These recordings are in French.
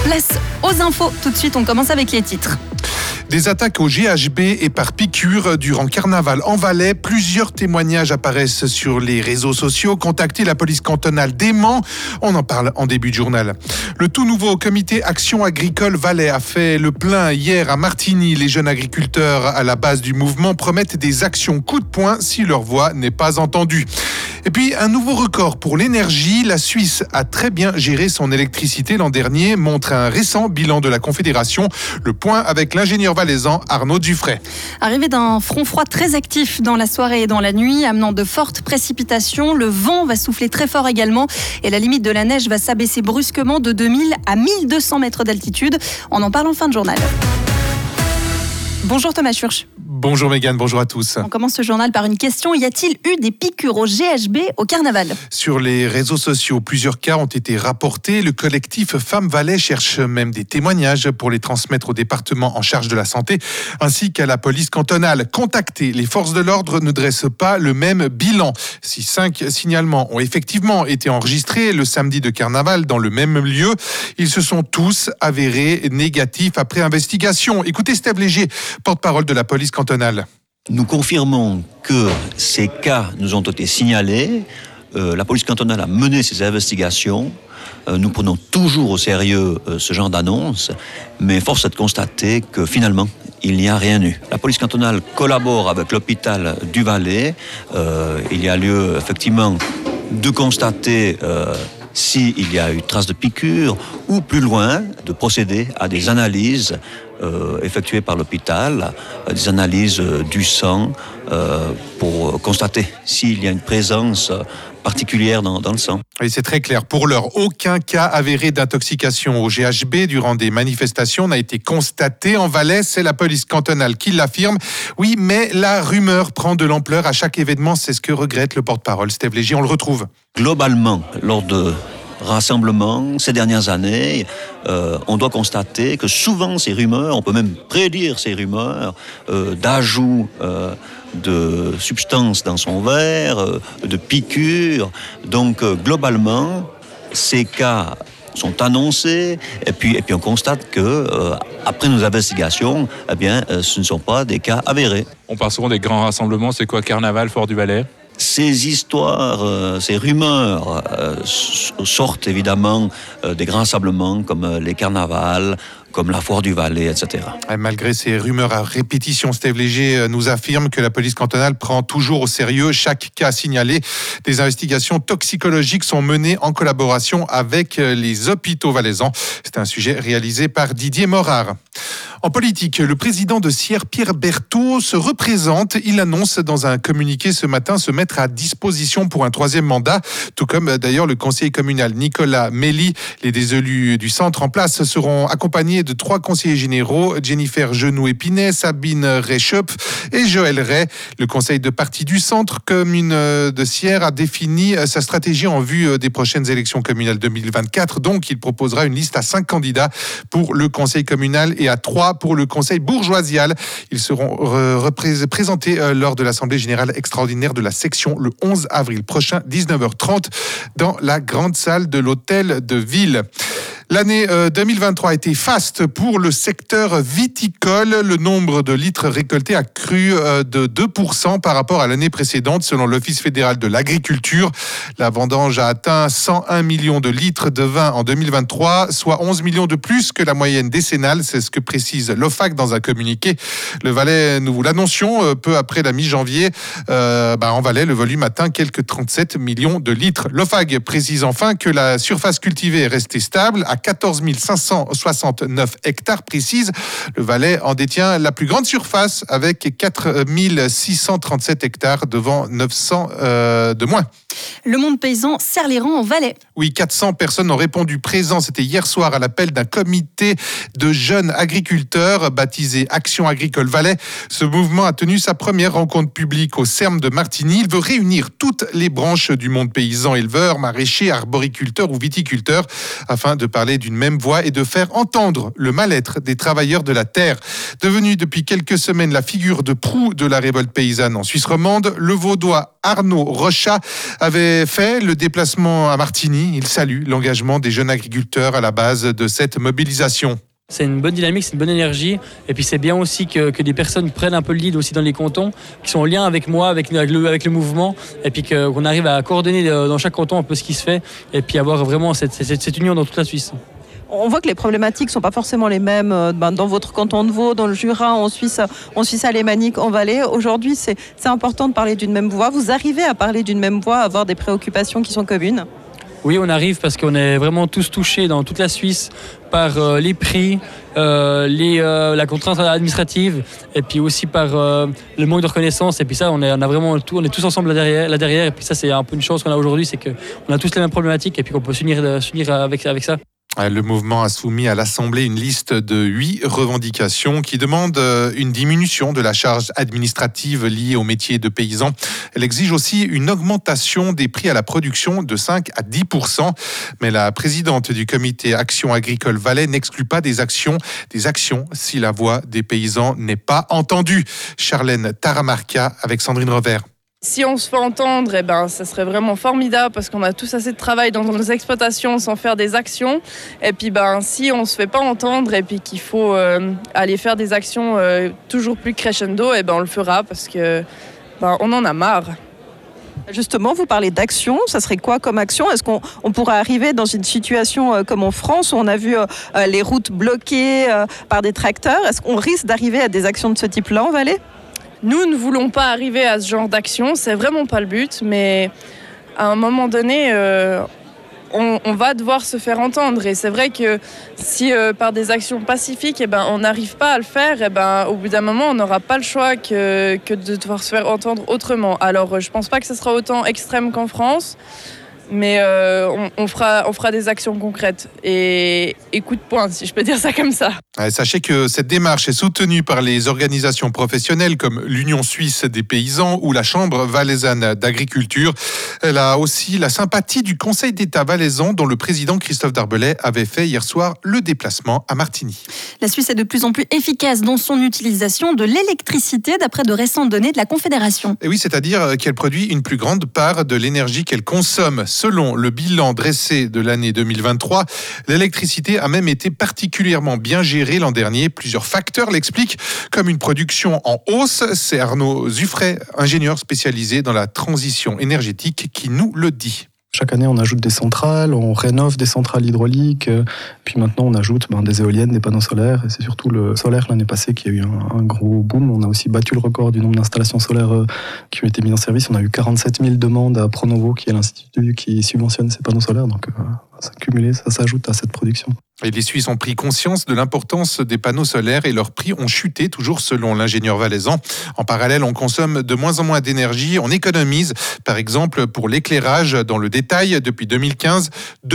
Place aux infos. Tout de suite, on commence avec les titres. Des attaques au GHB et par piqûre durant Carnaval en Valais. Plusieurs témoignages apparaissent sur les réseaux sociaux. Contactez la police cantonale d'Aimant. On en parle en début de journal. Le tout nouveau comité Action Agricole Valais a fait le plein hier à Martigny. Les jeunes agriculteurs à la base du mouvement promettent des actions coup de poing si leur voix n'est pas entendue. Et puis, un nouveau record pour l'énergie. La Suisse a très bien géré son électricité l'an dernier, montre un récent bilan de la Confédération. Le point avec l'ingénieur valaisan Arnaud Dufray. Arrivé d'un front froid très actif dans la soirée et dans la nuit, amenant de fortes précipitations. Le vent va souffler très fort également et la limite de la neige va s'abaisser brusquement de 2000 à 1200 mètres d'altitude. On en parle en fin de journal. Bonjour Thomas Schurch. Bonjour Mégane, bonjour à tous. On commence ce journal par une question. Y a-t-il eu des piqûres au GHB au Carnaval ? Sur les réseaux sociaux, plusieurs cas ont été rapportés. Le collectif Femmes Valais cherche même des témoignages pour les transmettre au département en charge de la santé, ainsi qu'à la police cantonale. Contactés, les forces de l'ordre ne dressent pas le même bilan. Si 5 signalements ont effectivement été enregistrés le samedi de Carnaval dans le même lieu, ils se sont tous avérés négatifs après investigation. Écoutez Steve Léger, porte-parole de la police cantonale. Nous confirmons que ces cas nous ont été signalés. La police cantonale a mené ces investigations. Nous prenons toujours au sérieux ce genre d'annonces, mais force est de constater que finalement, il n'y a rien eu. La police cantonale collabore avec l'hôpital du Valais. Il y a lieu effectivement de constater s'il y a eu trace de piqûre ou plus loin de procéder à des analyses effectuées par l'hôpital, des analyses du sang pour constater s'il y a une présence particulière dans le sang. Oui, c'est très clair. Pour l'heure, aucun cas avéré d'intoxication au GHB durant des manifestations n'a été constaté en Valais. C'est la police cantonale qui l'affirme. Oui, mais la rumeur prend de l'ampleur à chaque événement. C'est ce que regrette le porte-parole Steve Léger. On le retrouve. Globalement, lors de rassemblements ces dernières années, on doit constater que souvent ces rumeurs, on peut même prédire ces rumeurs d'ajout de substances dans son verre, de piqûres. Donc globalement, ces cas sont annoncés et puis on constate que après nos investigations, eh bien, ce ne sont pas des cas avérés. On parle souvent des grands rassemblements. C'est quoi, Carnaval, Fort du Valais ? Ces histoires, ces rumeurs sortent évidemment des grands rassemblements comme les carnavals, comme la Foire du Valais, etc. Malgré ces rumeurs à répétition, Steve Léger nous affirme que la police cantonale prend toujours au sérieux chaque cas signalé. Des investigations toxicologiques sont menées en collaboration avec les hôpitaux valaisans. C'est un sujet réalisé par Didier Morard. En politique, le président de Sierre, Pierre Berthaud, se représente. Il annonce dans un communiqué ce matin se mettre à disposition pour un 3e mandat, tout comme d'ailleurs le conseiller communal Nicolas Méli. Les des élus du centre en place seront accompagnés de 3 conseillers généraux, Jennifer Genoux-Épinay, Sabine Reichop et Joël Ray. Le conseil de parti du centre commune de Sierre a défini sa stratégie en vue des prochaines élections communales 2024. Donc, il proposera une liste à 5 candidats pour le conseil communal et à 3 pour le conseil bourgeoisial. Ils seront présentés lors de l'Assemblée générale extraordinaire de la section le 11 avril prochain, 19h30, dans la grande salle de l'hôtel de ville. L'année 2023 a été faste pour le secteur viticole. Le nombre de litres récoltés a cru de 2% par rapport à l'année précédente, selon l'Office fédéral de l'agriculture. La vendange a atteint 101 millions de litres de vin en 2023, soit 11 millions de plus que la moyenne décennale. C'est ce que précise l'OFAC dans un communiqué. Le Valais, nous vous l'annoncions, peu après la mi-janvier, en Valais, le volume atteint quelques 37 millions de litres. L'OFAC précise enfin que la surface cultivée est restée stable à 14 569 hectares précises. Le Valais en détient la plus grande surface avec 4 637 hectares devant 900 de moins. Le monde paysan serre les rangs au Valais. Oui, 400 personnes ont répondu présent. C'était hier soir à l'appel d'un comité de jeunes agriculteurs baptisé Action Agricole Valais. Ce mouvement a tenu sa première rencontre publique au CERM de Martigny. Il veut réunir toutes les branches du monde paysan, éleveurs, maraîchers, arboriculteurs ou viticulteurs, afin de parler d'une même voix et de faire entendre le mal-être des travailleurs de la terre. Devenu depuis quelques semaines la figure de proue de la révolte paysanne en Suisse romande, le Vaudois Arnaud Rochat a avait fait le déplacement à Martigny. Il salue l'engagement des jeunes agriculteurs à la base de cette mobilisation. C'est une bonne dynamique, c'est une bonne énergie. Et puis c'est bien aussi que des personnes prennent un peu le lead aussi dans les cantons, qui sont en lien avec moi, avec le mouvement, et puis qu'on arrive à coordonner dans chaque canton un peu ce qui se fait, et puis avoir vraiment cette union dans toute la Suisse. On voit que les problématiques ne sont pas forcément les mêmes dans votre canton de Vaud, dans le Jura, en Suisse alémanique, en Valais. Aujourd'hui, c'est important de parler d'une même voix. Vous arrivez à parler d'une même voix, à avoir des préoccupations qui sont communes ? Oui, on arrive parce qu'on est vraiment tous touchés dans toute la Suisse par les prix, la contrainte administrative et puis aussi par le manque de reconnaissance. Et puis ça, on est tous ensemble là derrière. Et puis ça, c'est un peu une chance qu'on a aujourd'hui, c'est qu'on a tous les mêmes problématiques et puis qu'on peut s'unir avec ça. Le mouvement a soumis à l'Assemblée une liste de 8 revendications qui demandent une diminution de la charge administrative liée au métier de paysan. Elle exige aussi une augmentation des prix à la production de 5 à 10%. Mais la présidente du comité Action agricole Valais n'exclut pas des actions si la voix des paysans n'est pas entendue. Charlène Taramarca avec Sandrine Revers. Si on se fait entendre, ça serait vraiment formidable parce qu'on a tous assez de travail dans nos exploitations sans faire des actions. Et puis si on se fait pas entendre et puis qu'il faut aller faire des actions toujours plus crescendo, on le fera parce que on en a marre. Justement, vous parlez d'action, ça serait quoi comme action ? Est-ce qu'on pourrait arriver dans une situation comme en France où on a vu les routes bloquées par des tracteurs ? Est-ce qu'on risque d'arriver à des actions de ce type-là en Valais ? Nous ne voulons pas arriver à ce genre d'action, c'est vraiment pas le but, mais à un moment donné, on va devoir se faire entendre. Et c'est vrai que si par des actions pacifiques, on n'arrive pas à le faire, au bout d'un moment, on n'aura pas le choix que de devoir se faire entendre autrement. Alors, je pense pas que ce sera autant extrême qu'en France, mais on fera des actions concrètes et coup de poing, si je peux dire ça comme ça. Sachez que cette démarche est soutenue par les organisations professionnelles comme l'Union suisse des paysans ou la Chambre valaisanne d'agriculture. Elle a aussi la sympathie du Conseil d'État valaisan dont le président Christophe Darbelay avait fait hier soir le déplacement à Martigny. La Suisse est de plus en plus efficace dans son utilisation de l'électricité d'après de récentes données de la Confédération. Et oui, c'est-à-dire qu'elle produit une plus grande part de l'énergie qu'elle consomme. Selon le bilan dressé de l'année 2023, l'électricité a même été particulièrement bien gérée l'an dernier. Plusieurs facteurs l'expliquent, comme une production en hausse. C'est Arnaud Zuffray, ingénieur spécialisé dans la transition énergétique, qui nous le dit. Chaque année, on ajoute des centrales, on rénove des centrales hydrauliques, puis maintenant on ajoute des éoliennes, des panneaux solaires, et c'est surtout le solaire l'année passée qui a eu un gros boom. On a aussi battu le record du nombre d'installations solaires qui ont été mises en service. On a eu 47 000 demandes à Pronovo, qui est l'institut qui subventionne ces panneaux solaires, donc ça cumulé, ça s'ajoute à cette production. Et les Suisses ont pris conscience de l'importance des panneaux solaires et leurs prix ont chuté, toujours selon l'ingénieur valaisan. En parallèle, on consomme de moins en moins d'énergie, on économise. Par exemple, pour l'éclairage, dans le détail, depuis 2015,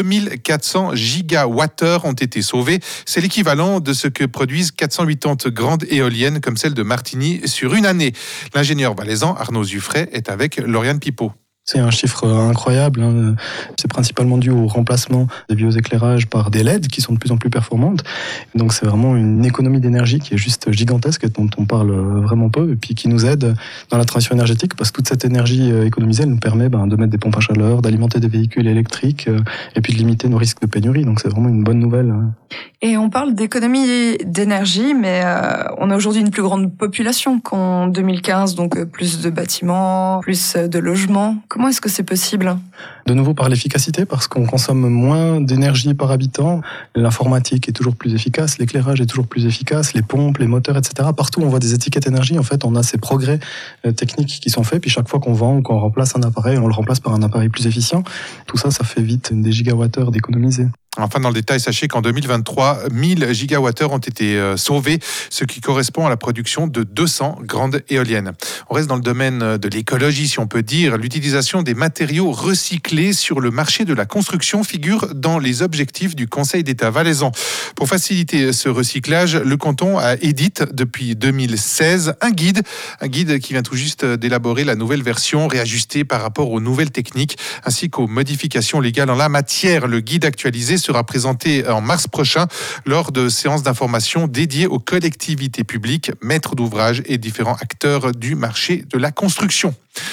2400 gigawattheures ont été sauvés. C'est l'équivalent de ce que produisent 480 grandes éoliennes comme celle de Martigny sur une année. L'ingénieur valaisan Arnaud Zuffray est avec Lauriane Pipeau. C'est un chiffre incroyable. C'est principalement dû au remplacement des vieux éclairages par des LED qui sont de plus en plus performantes. Donc c'est vraiment une économie d'énergie qui est juste gigantesque et dont on parle vraiment peu et puis qui nous aide dans la transition énergétique parce que toute cette énergie économisée elle nous permet de mettre des pompes à chaleur, d'alimenter des véhicules électriques et puis de limiter nos risques de pénurie. Donc c'est vraiment une bonne nouvelle. Et on parle d'économie d'énergie, mais on a aujourd'hui une plus grande population qu'en 2015, donc plus de bâtiments, plus de logements. Comment est-ce que c'est possible ? De nouveau par l'efficacité, parce qu'on consomme moins d'énergie par habitant. L'informatique est toujours plus efficace, l'éclairage est toujours plus efficace, les pompes, les moteurs, etc. Partout, on voit des étiquettes énergie. En fait, on a ces progrès techniques qui sont faits. Puis chaque fois qu'on vend ou qu'on remplace un appareil, on le remplace par un appareil plus efficient. Tout ça, ça fait vite des gigawattheures d'économiser. Enfin, dans le détail, sachez qu'en 2023, 1000 gigawattheures ont été sauvés, ce qui correspond à la production de 200 grandes éoliennes. On reste dans le domaine de l'écologie, si on peut dire. L'utilisation des matériaux recyclés sur le marché de la construction figure dans les objectifs du Conseil d'État valaisan. Pour faciliter ce recyclage, le canton a édite depuis 2016 un guide qui vient tout juste d'élaborer la nouvelle version réajustée par rapport aux nouvelles techniques ainsi qu'aux modifications légales en la matière. Le guide actualisé sera présenté en mars prochain lors de séances d'information dédiées aux collectivités publiques, maîtres d'ouvrage et différents acteurs du marché de la construction.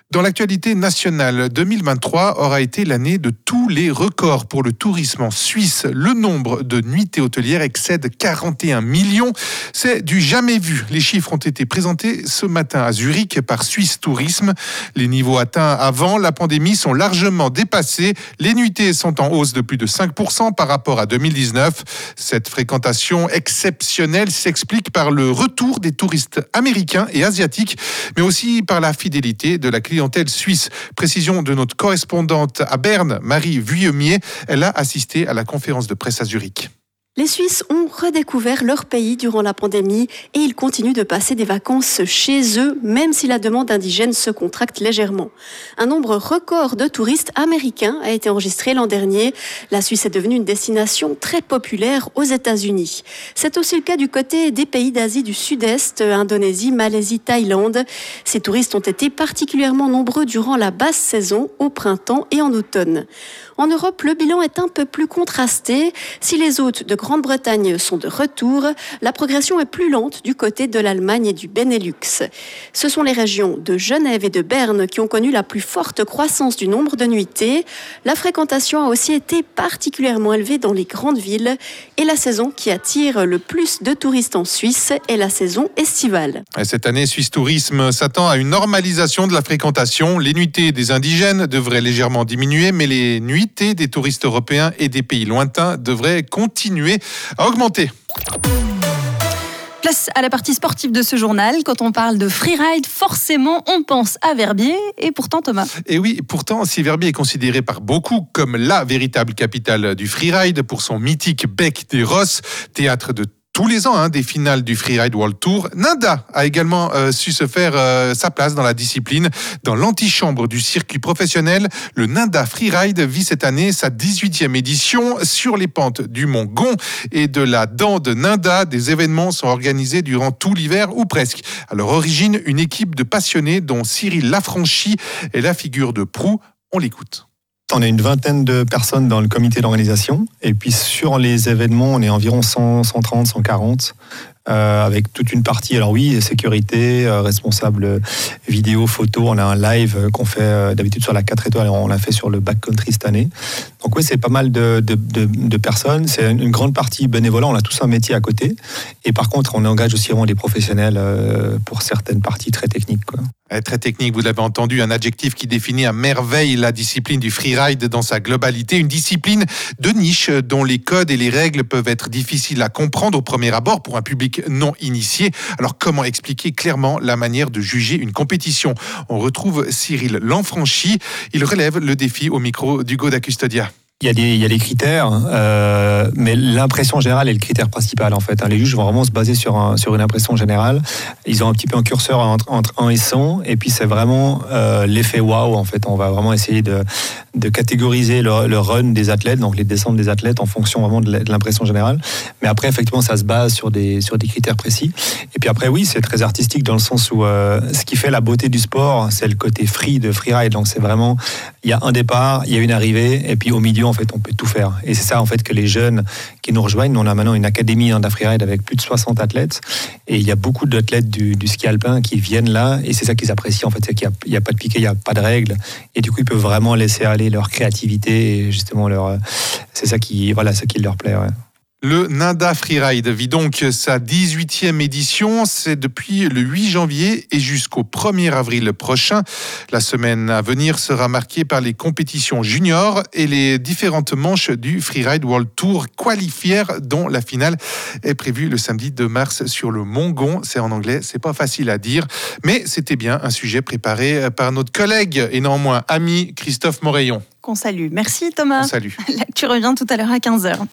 Dans l'actualité nationale, 2023 aura été l'année de tous les records pour le tourisme en Suisse. Le nombre de nuitées hôtelières excède 41 millions. C'est du jamais vu. Les chiffres ont été présentés ce matin à Zurich par Suisse Tourisme. Les niveaux atteints avant la pandémie sont largement dépassés. Les nuitées sont en hausse de plus de 5% par rapport à 2019. Cette fréquentation exceptionnelle s'explique par le retour des touristes américains et asiatiques, mais aussi par la fidélité de la clientèle suisse. Précision de notre correspondante à Berne, Marie Vuillemier. Elle a assisté à la conférence de presse à Zurich. Les Suisses ont redécouvert leur pays durant la pandémie et ils continuent de passer des vacances chez eux, même si la demande indigène se contracte légèrement. Un nombre record de touristes américains a été enregistré l'an dernier. La Suisse est devenue une destination très populaire aux États-Unis. C'est aussi le cas du côté des pays d'Asie du Sud-Est, Indonésie, Malaisie, Thaïlande. Ces touristes ont été particulièrement nombreux durant la basse saison, au printemps et en automne. En Europe, le bilan est un peu plus contrasté. Si les hôtes de Grande-Bretagne sont de retour, la progression est plus lente du côté de l'Allemagne et du Benelux. Ce sont les régions de Genève et de Berne qui ont connu la plus forte croissance du nombre de nuitées. La fréquentation a aussi été particulièrement élevée dans les grandes villes et la saison qui attire le plus de touristes en Suisse est la saison estivale. Cette année, Suisse Tourisme s'attend à une normalisation de la fréquentation. Les nuitées des indigènes devraient légèrement diminuer, mais les nuitées des touristes européens et des pays lointains devraient continuer à augmenter. Place à la partie sportive de ce journal. Quand on parle de freeride, forcément, on pense à Verbier. Et pourtant, Thomas. Et oui, pourtant, si Verbier est considéré par beaucoup comme la véritable capitale du freeride pour son mythique Bec des Rosses, théâtre de tous les ans des finales du Freeride World Tour, Nanda a également su se faire sa place dans la discipline. Dans l'antichambre du circuit professionnel, le Nanda Freeride vit cette année sa 18e édition sur les pentes du mont Gon et de la dent de Nanda. Des événements sont organisés durant tout l'hiver ou presque. À leur origine, une équipe de passionnés dont Cyril Lafranchi est la figure de proue. On l'écoute. On est une vingtaine de personnes dans le comité d'organisation. Et puis sur les événements, on est environ 100, 130, 140. Avec toute une partie, alors oui, sécurité, responsable vidéo, photo. On a un live qu'on fait d'habitude sur la 4 étoiles, on l'a fait sur le backcountry cette année. Donc oui, c'est pas mal de personnes. C'est une grande partie bénévolat, on a tous un métier à côté. Et par contre, on engage aussi vraiment des professionnels pour certaines parties très techniques, quoi. Très technique, vous l'avez entendu, un adjectif qui définit à merveille la discipline du freeride dans sa globalité. Une discipline de niche dont les codes et les règles peuvent être difficiles à comprendre au premier abord pour un public non initié. Alors comment expliquer clairement la manière de juger une compétition ? On retrouve Cyril Lafranchi. Il relève le défi au micro d'Hugo da Custodia. Il y a des critères, mais l'impression générale est le critère principal en fait. Les juges vont vraiment se baser sur une impression générale. Ils ont un petit peu un curseur entre 1 et 100, et puis c'est vraiment l'effet waouh en fait. On va vraiment essayer de catégoriser le run des athlètes, donc les descentes des athlètes en fonction vraiment de l'impression générale. Mais après effectivement ça se base sur des critères précis. Et puis après oui, c'est très artistique dans le sens où ce qui fait la beauté du sport, c'est le côté free de freeride. Donc c'est vraiment, il y a un départ, il y a une arrivée, et puis au milieu en fait on peut tout faire. Et c'est ça en fait que les jeunes qui nous rejoignent, on a maintenant une académie de freeride avec plus de 60 athlètes, et il y a beaucoup d'athlètes du ski alpin qui viennent là, et c'est ça qu'ils apprécient en fait, c'est qu'il n'y a pas de piquet, il n'y a pas de règles, et du coup ils peuvent vraiment laisser aller leur créativité et justement c'est ça qui leur plaît. Ouais. Le Nanda Freeride vit donc sa 18e édition. C'est depuis le 8 janvier et jusqu'au 1er avril prochain. La semaine à venir sera marquée par les compétitions juniors et les différentes manches du Freeride World Tour qualifières, dont la finale est prévue le samedi 2 mars sur le Mont Gon. C'est en anglais, c'est pas facile à dire, mais c'était bien un sujet préparé par notre collègue et néanmoins ami Christophe Moreillon. Qu'on salue. Merci Thomas. On salue. L'actu revient tout à l'heure à 15h.